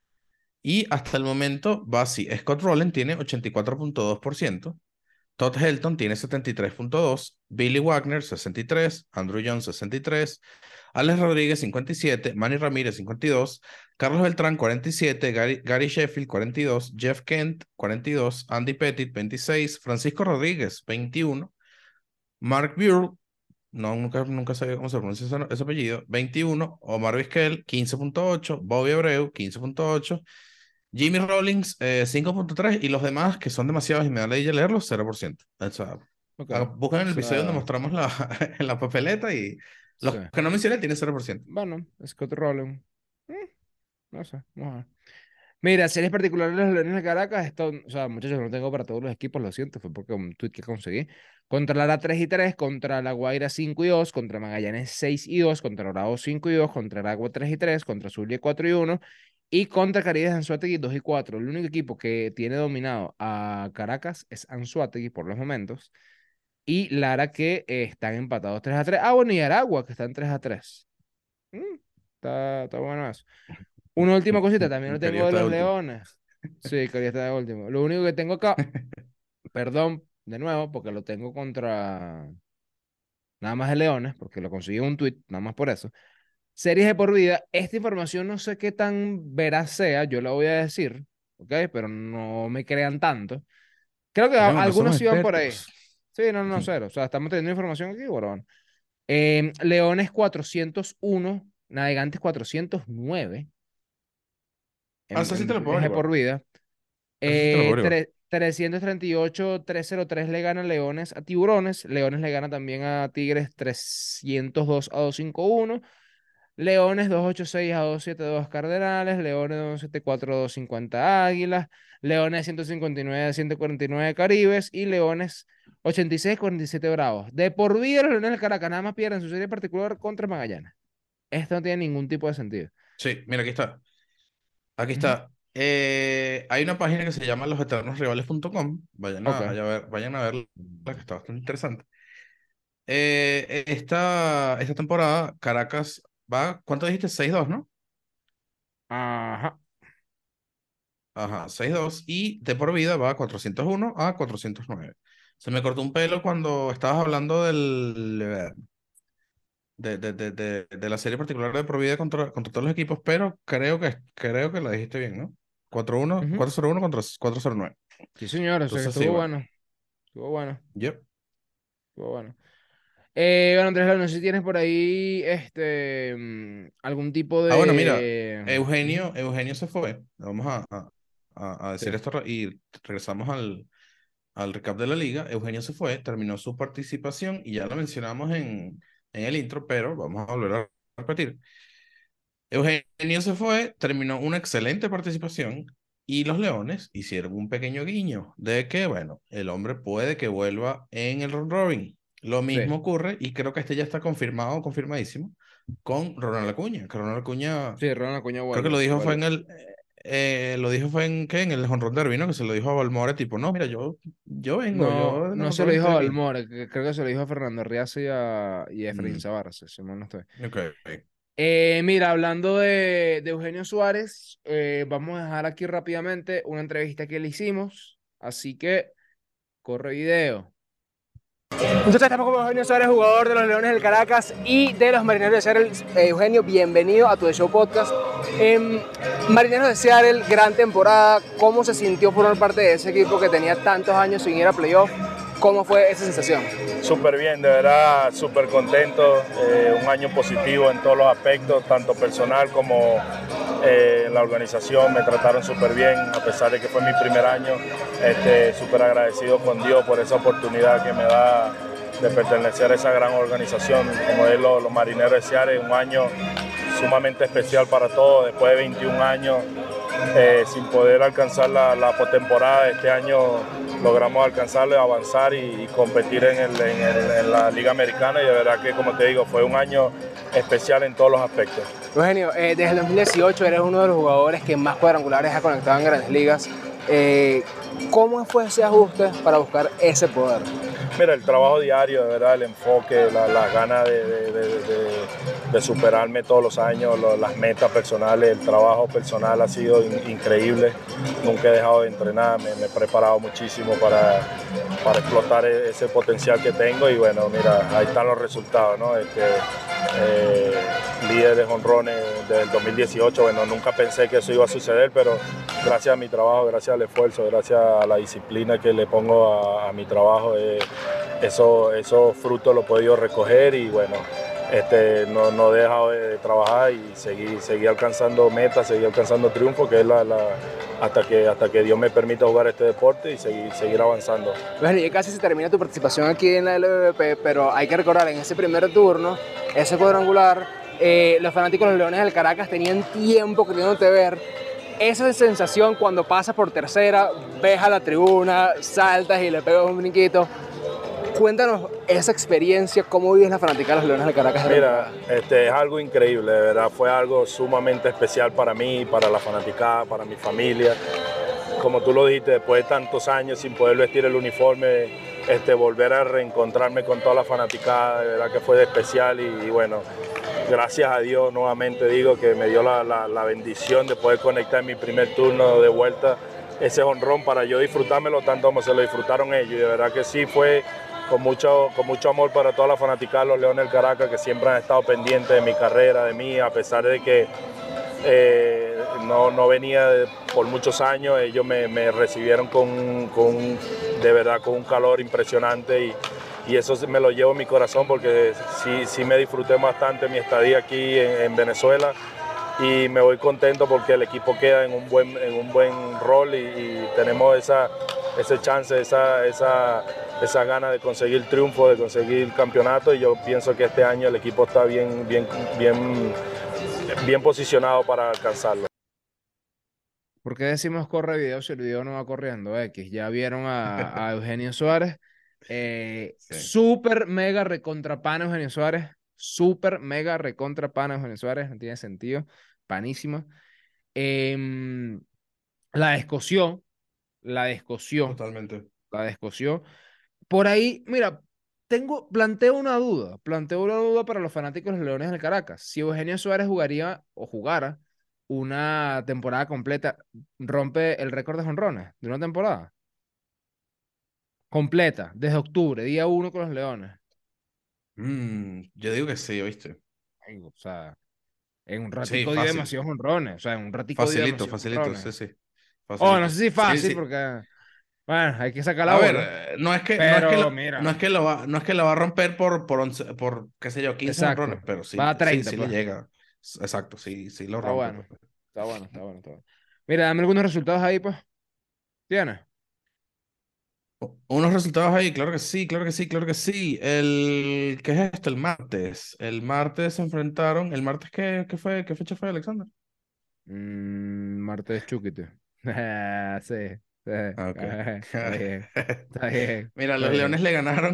Y hasta el momento va así. Scott Rowland tiene ochenta y cuatro punto dos por ciento. Todd Helton tiene setenta y tres punto dos por ciento. Billy Wagner sesenta y tres por ciento. Andrew Jones sesenta y tres por ciento. Alex Rodríguez cincuenta y siete por ciento. Manny Ramírez cincuenta y dos por ciento. Carlos Beltrán cuarenta y siete por ciento. Gary, Gary Sheffield cuarenta y dos por ciento. Jeff Kent cuarenta y dos por ciento. Andy Pettit veintiséis por ciento. Francisco Rodríguez veintiuno por ciento. Mark Burl, no, nunca, nunca sabía cómo se pronuncia ese, ese apellido, veintiuno, Omar Vizquel, quince punto ocho, Bobby Abreu, quince punto ocho, Jimmy Rollins, eh, cinco punto tres, y los demás, que son demasiados y me da la idea leerlos, cero por ciento. O sea, ok. haga- O buscan el episodio donde sea, mostramos la, en la papeleta y los sí. que no mencioné tienen cero por ciento. Bueno, Scott Rowland. Eh, no sé, vamos a ver. Mira, series particulares de los Leones de Caracas, esto, o sea, muchachos, no tengo para todos los equipos, lo siento, fue porque un tweet que conseguí. Contra Lara tres y tres, contra La Guaira cinco y dos, contra Magallanes seis y dos, contra Bravo cinco y dos, contra Aragua tres y tres, contra Zulia cuatro y uno y contra Caribe de Anzoátegui dos y cuatro. El único equipo que tiene dominado a Caracas es Anzoátegui por los momentos. y Lara, que eh, están empatados tres a tres. Ah, bueno, y Aragua, que están tres a tres. Mm, está, está bueno eso. Una última cosita, también lo tengo Quería de estar los último. Leones. Sí, quería estar de último. Lo único que tengo acá, perdón, de nuevo, porque lo tengo contra nada más de Leones, porque lo conseguí en un tweet, nada más por eso. Series de por vida, esta información no sé qué tan veraz sea, yo la voy a decir, ¿ok? Pero no me crean tanto. Creo que a- Chamo, no somos algunos sí van por ahí. expertos. Sí, no, no, cero. O sea, estamos teniendo información aquí, bueno, bueno. Eh, Leones cuatrocientos uno, Navegantes cuatrocientos nueve Ah, en, eso sí te en lo puedo series de por averiguar. vida. Eso sí te lo puedo Eh, averiguar. tre- trescientos treinta y ocho, trescientos tres le gana Leones a Tiburones. Leones le gana también a Tigres trescientos dos a doscientos cincuenta y uno. Leones doscientos ochenta y seis a doscientos setenta y dos Cardenales. Leones doscientos setenta y cuatro a doscientos cincuenta Águilas. Leones ciento cincuenta y nueve a ciento cuarenta y nueve Caribes. Y Leones ochenta y seis a cuarenta y siete Bravos. De por vida, los Leones del Caracas nada más pierden su serie particular contra Magallanes. Esto no tiene ningún tipo de sentido. Sí, mira, aquí está. Aquí Ujú. está. Eh, hay una página que se llama los eternos rivales punto com. Vayan a, Ok. a ver, vayan a verla, que está bastante interesante. Eh, esta, esta temporada, Caracas va, ¿cuánto dijiste? Seis dos, ¿no? Ajá. Ajá, seis dos. Y de por vida va cuatrocientos uno a cuatrocientos nueve. Se me cortó un pelo cuando estabas hablando del, eh, de, de, de, de, de la serie particular de por vida contra, contra todos los equipos, pero creo que, creo que la dijiste bien, ¿no? cuatro uno, Ujú. cuatro cero uno contra cuatro cero nueve. Sí, señor. O sea que Entonces sí, estuvo bueno. bueno. Estuvo bueno. Yep. Estuvo bueno. Eh, bueno, Andrés, no sé si tienes por ahí este mm, algún tipo Ah, bueno, mira, de. Ujú. Eugenio, Eugenio se fue. Vamos a, a, a- a Sí. decir esto ra- y regresamos al, al recap de la liga. Eugenio se fue, terminó su participación y ya lo mencionamos en, en el intro, pero vamos a volver a repetir. Eugenio se fue, terminó una excelente participación y los Leones hicieron un pequeño guiño de que, bueno, el hombre puede que vuelva en el round robin. Lo Sí, mismo ocurre y creo que este ya está confirmado, confirmadísimo, con Ronald Acuña, que Ronald Acuña sí, Ronald Acuña creo que lo vuelve. dijo fue vuelve. en el, eh, lo dijo fue en, ¿qué? En el Home Run Derby, ¿no? Que se lo dijo a Balmore, tipo, no, mira, yo, yo vengo, No, yo en el no Home se lo Run dijo estoy a aquí. Balmore, que- creo que se lo dijo a Fernando Riaza y a, y a Efraín Mm, Zavarra, si mal no estoy. ok. Eh, mira, hablando de, de Eugenio Suárez, eh, vamos a dejar aquí rápidamente una entrevista que le hicimos, así que corre video. Entonces estamos con Eugenio Suárez, jugador de los Leones del Caracas y de los Marineros de Seattle. Eh, Eugenio, bienvenido a tu The Show Podcast. Eh, Marineros de Seattle, gran temporada. ¿Cómo se sintió formar parte de ese equipo que tenía tantos años sin ir a playoff? ¿Cómo fue esa sensación? Súper bien, de verdad, súper contento. Eh, un año positivo en todos los aspectos, tanto personal como eh, en la organización. Me trataron súper bien, a pesar de que fue mi primer año. Este, súper agradecido con Dios por esa oportunidad que me da de pertenecer a esa gran organización como es los, los Marineros de Seattle. Un año sumamente especial para todos, después de veintiún años eh, sin poder alcanzar la, la postemporada. Este año logramos alcanzarlo, avanzar y, y competir en, el, en, el, en la Liga Americana, y de verdad que, como te digo, fue un año especial en todos los aspectos. Eugenio, eh, desde el dos mil dieciocho eres uno de los jugadores que más cuadrangulares ha conectado en Grandes Ligas. Eh, ¿Cómo fue ese ajuste para buscar ese poder? Mira, el trabajo diario, de verdad, el enfoque, las la ganas de, de, de, de, de superarme todos los años, lo, las metas personales, el trabajo personal ha sido in, increíble. Nunca he dejado de entrenar, me, me he preparado muchísimo para, para explotar ese potencial que tengo y bueno, mira, ahí están los resultados, ¿no? Este, eh, líder de jonrones desde el dos mil dieciocho, bueno, nunca pensé que eso iba a suceder, pero gracias a mi trabajo, gracias al esfuerzo, gracias a la disciplina que le pongo a, a mi trabajo, eh, eso, esos frutos los he podido recoger y bueno, este, no, no he dejado de, de trabajar y seguir, seguir alcanzando metas, seguir alcanzando triunfos, que es la, la, hasta, que, hasta que Dios me permita jugar este deporte y seguir, seguir avanzando. Bueno, ya casi se termina tu participación aquí en la L V P, pero hay que recordar, en ese primer turno, ese cuadrangular, eh, los fanáticos de los Leones del Caracas tenían tiempo queriéndote ver. Esa sensación cuando pasas por tercera, ves a la tribuna, saltas y le pegas un brinquito. Cuéntanos esa experiencia, cómo vives la fanática de los Leones del Caracas. Mira, este, es algo increíble, de verdad, fue algo sumamente especial para mí, para la fanaticada, para mi familia. Como tú lo dijiste, después de tantos años sin poder vestir el uniforme, este, volver a reencontrarme con toda la fanaticada, de verdad que fue de especial y, y bueno, gracias a Dios nuevamente digo que me dio la, la, la bendición de poder conectar en mi primer turno de vuelta ese jonrón para yo disfrutármelo tanto como se lo disfrutaron ellos. Y de verdad que sí fue con mucho, con mucho amor para toda la fanaticada de los Leones del Caracas, que siempre han estado pendientes de mi carrera, de mí, a pesar de que eh, no, no venía de, por muchos años. Ellos me, me recibieron con, con, de verdad con un calor impresionante y, y eso me lo llevo en mi corazón porque sí, sí me disfruté bastante mi estadía aquí en, en Venezuela. Y me voy contento porque el equipo queda en un buen, en un buen rol y, y tenemos esa, ese chance, esa, esa, esa gana de conseguir triunfo, de conseguir campeonato y yo pienso que este año el equipo está bien, bien, bien, bien posicionado para alcanzarlo. ¿Por qué decimos corre video si el video no va corriendo? X, ya vieron a, a Eugenio Suárez. Eh, Sí. Súper mega recontra pana Eugenio Suárez. Súper mega recontra pana Eugenio Suárez. No tiene sentido. Panísima. Em, la descoció. La descoció. Totalmente. La descoció. Por ahí, mira, tengo, planteo una duda. Planteo una duda para los fanáticos de los Leones del Caracas. Si Eugenio Suárez jugaría o jugara una temporada completa, rompe el récord de jonrones de una temporada completa, desde octubre, día uno con los Leones. Mm, yo digo que sí, ¿oíste? Ay, o sea, en un Sí, ratico dio fácil. demasiados jonrones. O sea, en un ratico dio Facilito, demasiados facilito, jonrones. sí, sí. Oh, no sé Facilito. si Sí, fácil, sí. porque, bueno, hay que sacar la A ver, bola. eh, no es que, no es que Pero lo, no mira, es que lo va, no es que lo va a romper por, por, once por, qué sé yo, quince honrones, exacto. pero Va sí, a sí, treinta sí le pues. llega. Exacto, sí, sí lo Está rompe, bueno. pues. Está bueno, está bueno, está bueno. Mira, dame algunos resultados ahí, pues. ¿Tienes? U- Unos resultados ahí, claro que sí, claro que sí, claro que sí. El, ¿qué es esto? El martes. El martes se enfrentaron. ¿El martes qué, qué fue? ¿Qué fecha fue, Alexander? Mm, martes Chúquite. Sí, sí. Ah, ok. Está bien, está bien, Mira, está los bien. Leones le ganaron.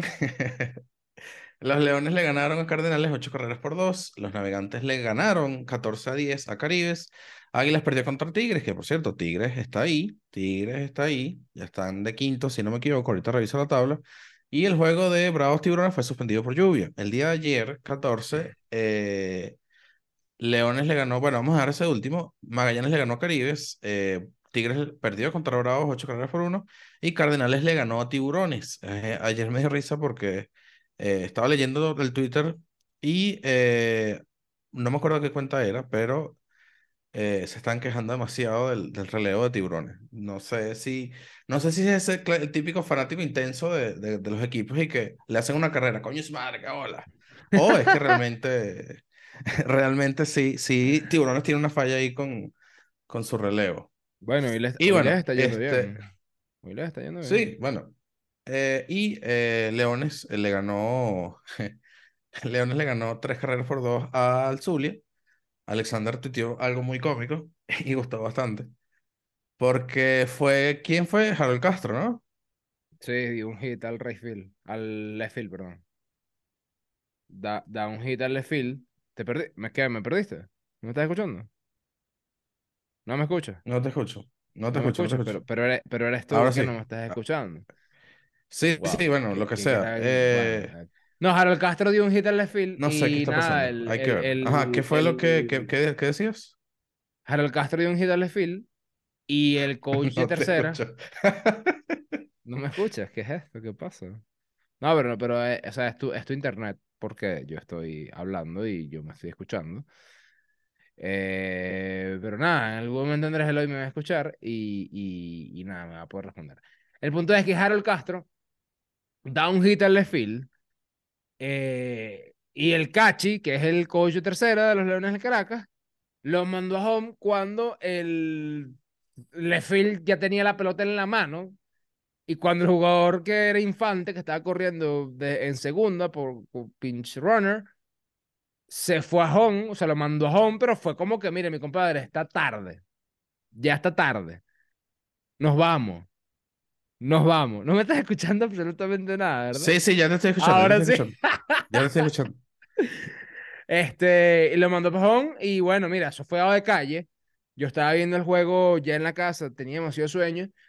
Los Leones le ganaron a Cardenales ocho carreras por dos. Los Navegantes le ganaron catorce a diez a Caribes. Águilas perdió contra Tigres, que por cierto, Tigres está ahí. Tigres está ahí. Ya están de quinto, si no me equivoco. Ahorita reviso la tabla. Y el juego de Bravos Tiburones fue suspendido por lluvia. El día de ayer, catorce, eh, Leones le ganó. Bueno, vamos a dar ese último. Magallanes le ganó a Caribes. eh, Tigres perdió contra Bravos ocho carreras por uno. Y Cardenales le ganó a Tiburones. Eh, ayer me dio risa porque eh, estaba leyendo el Twitter y eh, no me acuerdo qué cuenta era, pero eh, se están quejando demasiado del, del relevo de Tiburones. No sé si, no sé si es ese cla- el típico fanático intenso de, de- de los equipos y que le hacen una carrera, coño es madre, qué bola. O es que realmente, realmente sí, sí, Tiburones tiene una falla ahí con, con su relevo. Bueno, hoy les, Y hoy les bueno, está yendo este, bien. Hoy les está yendo bien. sí, bueno. eh, y eh, Leones eh, le ganó, Leones le ganó tres carreras por dos al Zulia. Alexander tuiteó algo muy cómico y gustó bastante. Porque fue, ¿quién fue? Harold Castro, ¿no? Sí, dio un hit al right field, al left field, perdón. Da, da un hit al left field. ¿Te perdí? ¿Me, qué, ¿Me perdiste? ¿No me estás escuchando? ¿No me escuchas? No te escucho, no te No me escucho, no te escuchas, escucho. pero, pero, eres, pero eres tú Ahora que sí. no me estás Ah, escuchando. sí, sí, Wow. bueno, lo ¿Qui- que ¿Quién sea. era el- Bueno. Eh, eh. No, Harold Castro dio un hit al left field no sé qué y está nada, pasando. el, Hay que el, ver. Ajá, ¿qué el, fue lo que, que, el- que- que decías? Harold Castro dio un hit al left field y el coach de No te tercera. escucho. ¿No me escuchas? ¿Qué es esto? ¿Qué pasa? No, pero, no, pero eh, o sea, es tu, es tu internet porque yo estoy hablando y yo me estoy escuchando. Eh, pero nada, en algún momento Andrés Eloy me va a escuchar y, y, y nada, me va a poder responder. El punto es que Harold Castro da un hit al left field eh, y el Cachi, que es el coach de tercera de los Leones de Caracas, lo mandó a home cuando el left field ya tenía la pelota en la mano. Y cuando el jugador que era Infante, que estaba corriendo de- en segunda por, por pinch runner, se fue a home, o sea, lo mandó a home, pero fue como que, mire, mi compadre, está tarde, ya está tarde, nos vamos, nos vamos. No me estás escuchando absolutamente nada, ¿verdad? Sí, sí, ya te estoy escuchando, ya te Ahora estoy sí. escuchando. Ya te estoy escuchando. Este, y lo mandó para home, y bueno, mira, eso fue dado de calle. Yo estaba viendo el juego ya en la casa, tenía demasiado sueño.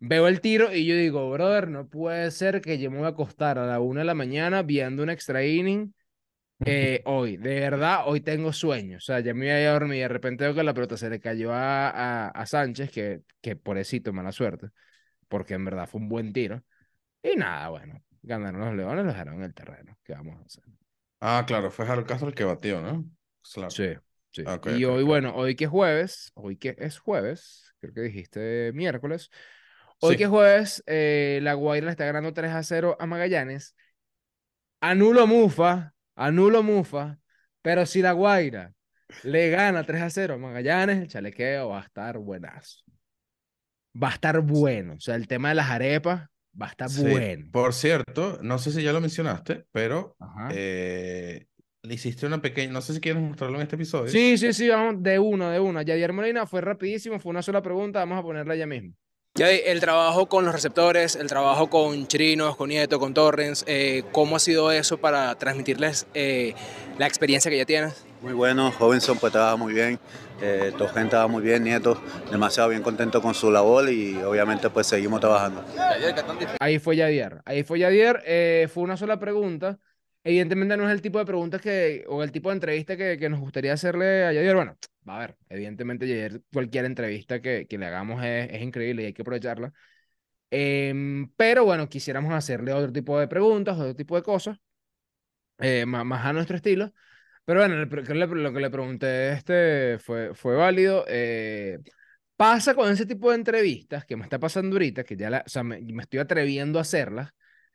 Veo el tiro y yo digo, brother, no puede ser que yo me voy a acostar a la una de la mañana viendo un extra inning eh, hoy. De verdad, hoy tengo sueño. O sea, ya me iba a dormir y de repente veo que la pelota se le cayó a, a, a Sánchez, que, que pobrecito, mala suerte, porque en verdad fue un buen tiro. Y nada, bueno, ganaron los Leones, los dejaron en el terreno. ¿Qué vamos a hacer? Ah, claro, fue Harold Castro el que batió, ¿no? Claro. Sí, sí. Ok, Y ok, hoy, ok. bueno, hoy que es jueves, hoy que es jueves, creo que dijiste miércoles, hoy que es Sí. jueves, eh, la Guaira le está ganando tres a cero a Magallanes. Anulo Mufa, anulo Mufa, pero si la Guaira le gana tres a cero a Magallanes, el chalequeo va a estar buenazo. Va a estar bueno. O sea, el tema de las arepas va a estar Sí, bueno. por cierto, no sé si ya lo mencionaste, pero Ajá. eh, le hiciste una pequeña, no sé si quieres mostrarlo en este episodio. Sí, sí, sí, vamos de uno, de uno. Yadier Molina fue rapidísimo, fue una sola pregunta, vamos a ponerla ya mismo. Ya el trabajo con los receptores, el trabajo con Chirinos, con Nieto, con Torrens, eh, ¿cómo ha sido eso para transmitirles eh, la experiencia que ya tienes? Muy bueno, Robinson pues trabaja muy bien, eh, Torgen trabaja muy bien, Nieto demasiado bien contento con su labor y obviamente pues seguimos trabajando. Ahí fue Yadier, ahí fue Yadier, eh, fue una sola pregunta. Evidentemente no es el tipo de preguntas que, o el tipo de entrevista que, que nos gustaría hacerle a Yadier. Bueno, va a ver, evidentemente Yadier, cualquier entrevista que, que le hagamos es, es increíble y hay que aprovecharla. Em, pero bueno, quisiéramos hacerle otro tipo de preguntas, otro tipo de cosas, eh, más, más a nuestro estilo. Pero bueno, le pre- que le- lo que le pregunté este fue, fue válido. Eh, pasa con ese tipo de entrevistas que me está pasando ahorita, que ya la, o sea, me, me estoy atreviendo a hacerlas.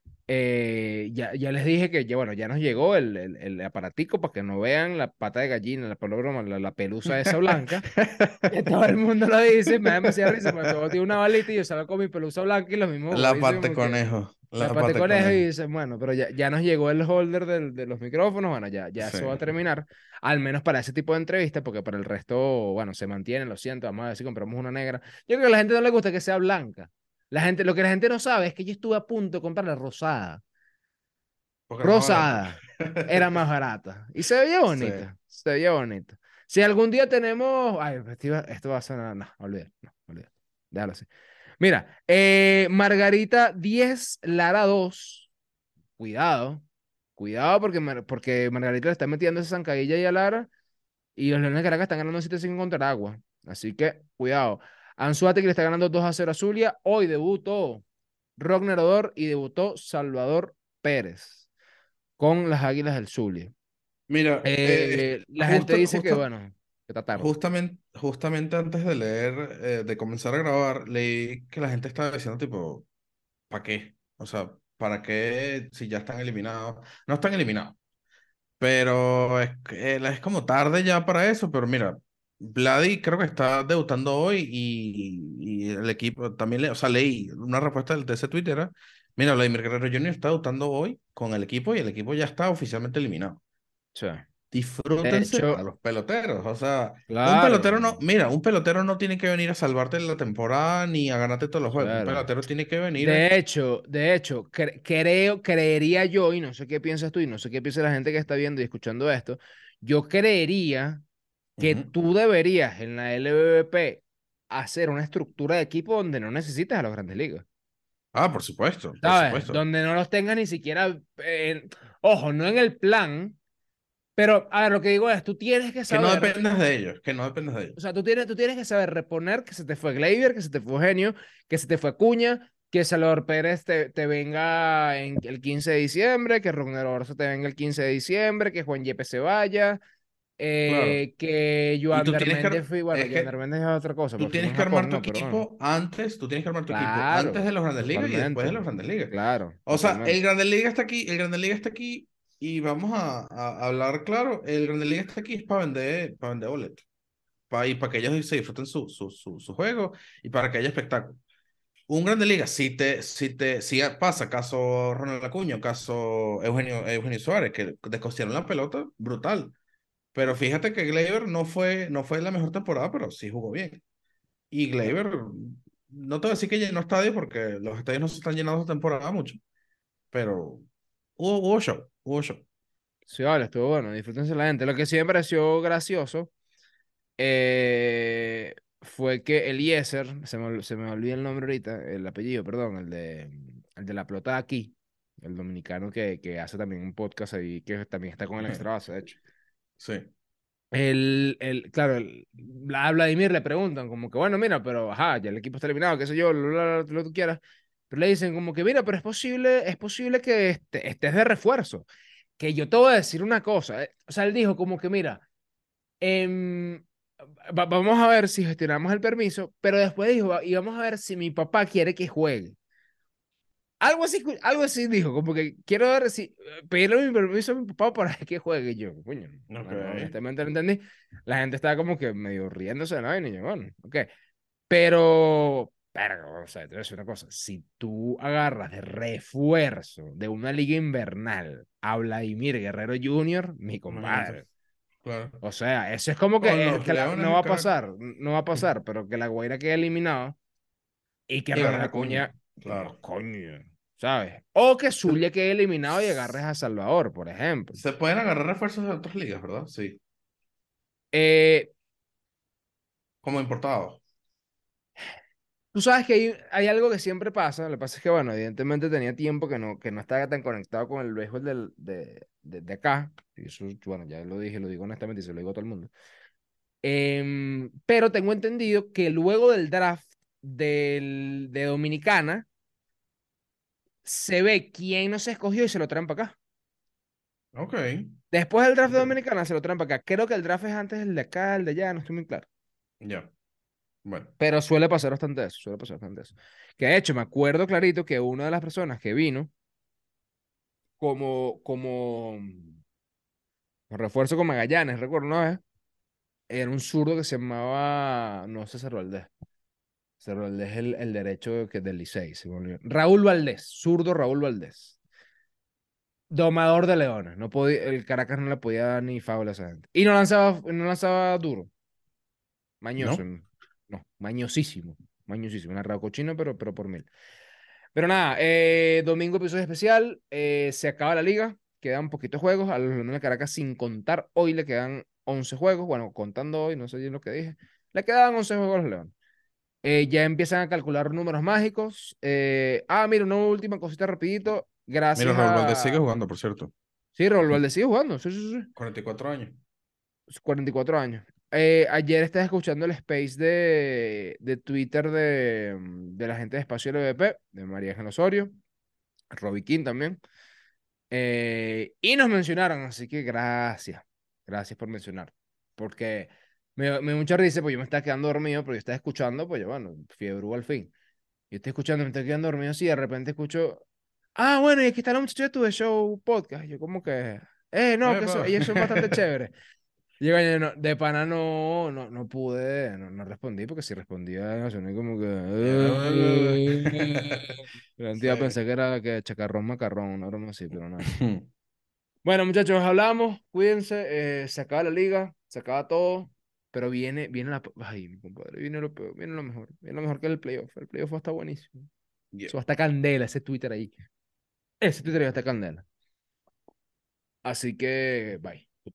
Eh, ya, ya les dije que ya, bueno, ya nos llegó el, el, el aparatico para que no vean la pata de gallina, la paloma, la, la pelusa esa blanca. Que todo el mundo lo dice, me da demasiada risa, porque todo tiene una balita y yo salgo con mi pelusa blanca y los mismos La dicen pata de como que conejo, la la pate pata de conejo y conejo. dicen, bueno, pero ya, ya nos llegó el holder del, de los micrófonos, bueno, ya, ya Sí. eso va a terminar, al menos para ese tipo de entrevistas, porque para el resto, bueno, se mantiene, lo siento, vamos a ver si compramos una negra. Yo creo que a la gente no le gusta que sea blanca. La gente, lo que la gente no sabe es que yo estuve a punto de comprar la rosada. Porque era más barata. Rosada era más barata y se veía Sí. bonita, se veía bonita. Si algún día tenemos, ay, esto va, esto va a sonar, no, olvídate, no, olvídate, déjalo así. Mira, eh, Margarita diez Lara dos, cuidado, cuidado porque, Mar- porque Margarita le está metiendo esa zancadilla ahí a Lara y los Leones de Caracas están ganando siete cinco contra Agua, así que cuidado. Ansu Fati que le está ganando dos a cero a Zulia, hoy debutó Rogner Odor y debutó Salvador Pérez con las Águilas del Zulia. Mira, eh, Eh, la gente justo, dice que, justo, bueno, que está tarde. justamente, justamente antes de leer, eh, de comenzar a grabar, leí que la gente estaba diciendo tipo, ¿para qué? O sea, ¿para qué si ya están eliminados? No están eliminados, pero es, que, eh, es como tarde ya para eso, pero mira, Vladi creo que está debutando hoy y, y el equipo también, le, o sea, leí una respuesta de ese Twitter, era, mira, Vladimir Guerrero junior está debutando hoy con el equipo y el equipo ya está oficialmente eliminado. Sí. De Disfrútense a hecho, los peloteros. O sea, un claro, pelotero no, mira, un pelotero no tiene que venir a salvarte la temporada ni a ganarte todos los juegos. Un claro. pelotero tiene que venir a... De hecho, de hecho, cre- creo, creería yo, y no sé qué piensas tú, y no sé qué piensa la gente que está viendo y escuchando esto, yo creería que Ujú. tú deberías en la L V P hacer una estructura de equipo donde no necesites a los grandes ligas. Ah, por supuesto, por ¿Sabes? supuesto. Donde no los tengas ni siquiera, en- ojo, no en el plan, pero a ver, lo que digo es, tú tienes que Que no saber. dependas de ellos, que no dependas de ellos. O sea, tú tienes, tú tienes que saber reponer que se te fue Gleyber, que se te fue Eugenio, que se te fue Acuña, que Salvador Pérez te, te venga en el quince de diciembre, que Ronald Orso te venga el quince de diciembre, que Juan Yepes se vaya, Claro. eh, que Y Joander tú tienes que, Méndez, ar- fui, bueno, es Joander que Méndez es otra cosa, tú pues fuimos tienes en que armar Japón, tu no, pero bueno. equipo antes, tú tienes que armar tu equipo antes Claro, de los Grandes Ligas y después de totalmente, los Grandes Ligas. claro, O sea, el totalmente. Grandes Liga está aquí, el Grandes Liga está aquí y vamos a, a hablar claro, el Grandes Liga está aquí es para vender, para vender boletos. Para, y para que ellos se disfruten su, su, su, su juego y para que haya espectáculo. Un Grande Liga, si te, si te, si pasa, caso Ronald Acuña, caso Eugenio, Eugenio Suárez, que descosieron la pelota, brutal. Pero fíjate que Gleyber no fue, no fue la mejor temporada, pero sí jugó bien. Y Gleyber, no te voy a decir que llenó estadio porque los estadios no se están llenando esta temporada mucho, pero hubo, hubo show, hubo show. Sí, vale, estuvo bueno, disfrútense la gente. Lo que sí me pareció gracioso, eh, fue que Eliezer, se me, ol- se me olvida el nombre ahorita, el apellido, perdón, el de, el de la pelota de aquí, el dominicano que, que hace también un podcast ahí, que también está con el extra base, de hecho. Sí. El, el, claro, el, a Vladimir le preguntan como que, bueno, mira, pero ajá, ya el equipo está eliminado, qué sé yo, lo, lo, lo que tú quieras. Pero le dicen como que, mira, pero es posible, es posible que este- estés de refuerzo. Que yo te voy a decir una cosa. eh, O sea, él dijo como que, mira, em, va- vamos a ver si gestionamos el permiso, pero después dijo, y vamos a ver si mi papá quiere que juegue. Algo así, cu- algo así dijo, como que quiero ver si, eh, pedirle mi permiso a mi papá para que juegue. Y yo, coño, Ok. bueno, honestamente no entendí. La gente estaba como que medio riéndose de la vaina y yo, bueno, ok. Pero, pero, o sea, te voy a decir una cosa, si tú agarras de refuerzo de una liga invernal a Vladimir Guerrero junior, mi Imagínate. compadre. Claro. O sea, eso es como Con que, es los que la- Leones no va de a Caracas. pasar, no va a pasar, pero que la Guaira quede eliminado y que Y Ronald Ronald Acuña. Acuña, no, Claro. coño, ¿sabes? O que Se, Zulia quede eliminado y agarres a Salvador, por ejemplo. se pueden agarrar refuerzos de otras ligas, ¿verdad? Sí. Eh, Como importados. Tú sabes que hay, hay algo que siempre pasa, lo que pasa es que, bueno, evidentemente tenía tiempo que no, que no estaba tan conectado con el béisbol del, de, de, de acá, y eso, bueno, ya lo dije, lo digo honestamente y se lo digo a todo el mundo. Em, pero tengo entendido que luego del draft del, de Dominicana, se ve quién no se escogió y se lo traen para acá. Ok. Después del draft de Ok. Dominicana se lo traen para acá. Creo que el draft es antes del de acá, el de allá, no estoy muy claro. Ya. Bueno. Pero suele pasar bastante eso, suele pasar bastante eso. Que de hecho me acuerdo clarito que una de las personas que vino como, como refuerzo con Magallanes, recuerdo una vez, era un zurdo que se llamaba, no sé, Cerro Valdés. Cerro Valdés es el, el derecho que del Licey, se me olvidó. Raúl Valdés, zurdo Raúl Valdés. Domador de leones. No podía, el Caracas no le podía dar ni faula a esa gente. Y no lanzaba, no lanzaba duro. Mañoso. ¿No? No, mañosísimo. Mañosísimo. Narrado cochino, pero, pero por mil. Pero nada, eh, domingo episodio especial. Eh, se acaba la liga. Quedan poquitos juegos. A los Leones de Caracas, sin contar hoy, le quedan once juegos. Bueno, contando hoy, no sé bien lo que dije. Le quedan once juegos a los Leones. Eh, ya empiezan a calcular números mágicos. Eh, ah, mira, una última cosita rapidito. Mira, Gracias Raúl Valdés sigue a... jugando, por cierto. Sí, Raúl Valdez sigue jugando. Sí, sí, sí. cuarenta y cuatro años. cuarenta y cuatro años. Eh, ayer estaba escuchando el space de, de Twitter de, mm, de la gente de Espacio L V P, de María Ángel Osorio, Robbie King también. Eh, y nos mencionaron, así que gracias. Gracias por mencionar. Porque me, me dio mucha risa, pues yo me estaba quedando dormido, pero yo estaba escuchando, pues yo, bueno, fiebre hubo al fin. Yo estoy escuchando, me estoy quedando dormido así, de repente escucho, ah, bueno, y aquí está la muchacha de tu show podcast. Yo como que, eh, no, que eso, Epa. ellos son bastante chéveres. Y coño, no, de pana no, no, no pude, no, no respondí, porque si respondía, no soné como que... La gente iba a Sí. pensar que era que chacarrón macarrón, una broma así, pero no. Bueno, muchachos, hablamos, cuídense, eh, se acaba la liga, se acaba todo, pero viene, viene la... Ay, mi compadre, viene lo peor, viene lo mejor, viene lo mejor que el playoff, el playoff va a estar buenísimo. Yeah. Eso va a estar candela, ese Twitter ahí. Ese Twitter ya está candela. Así que, bye.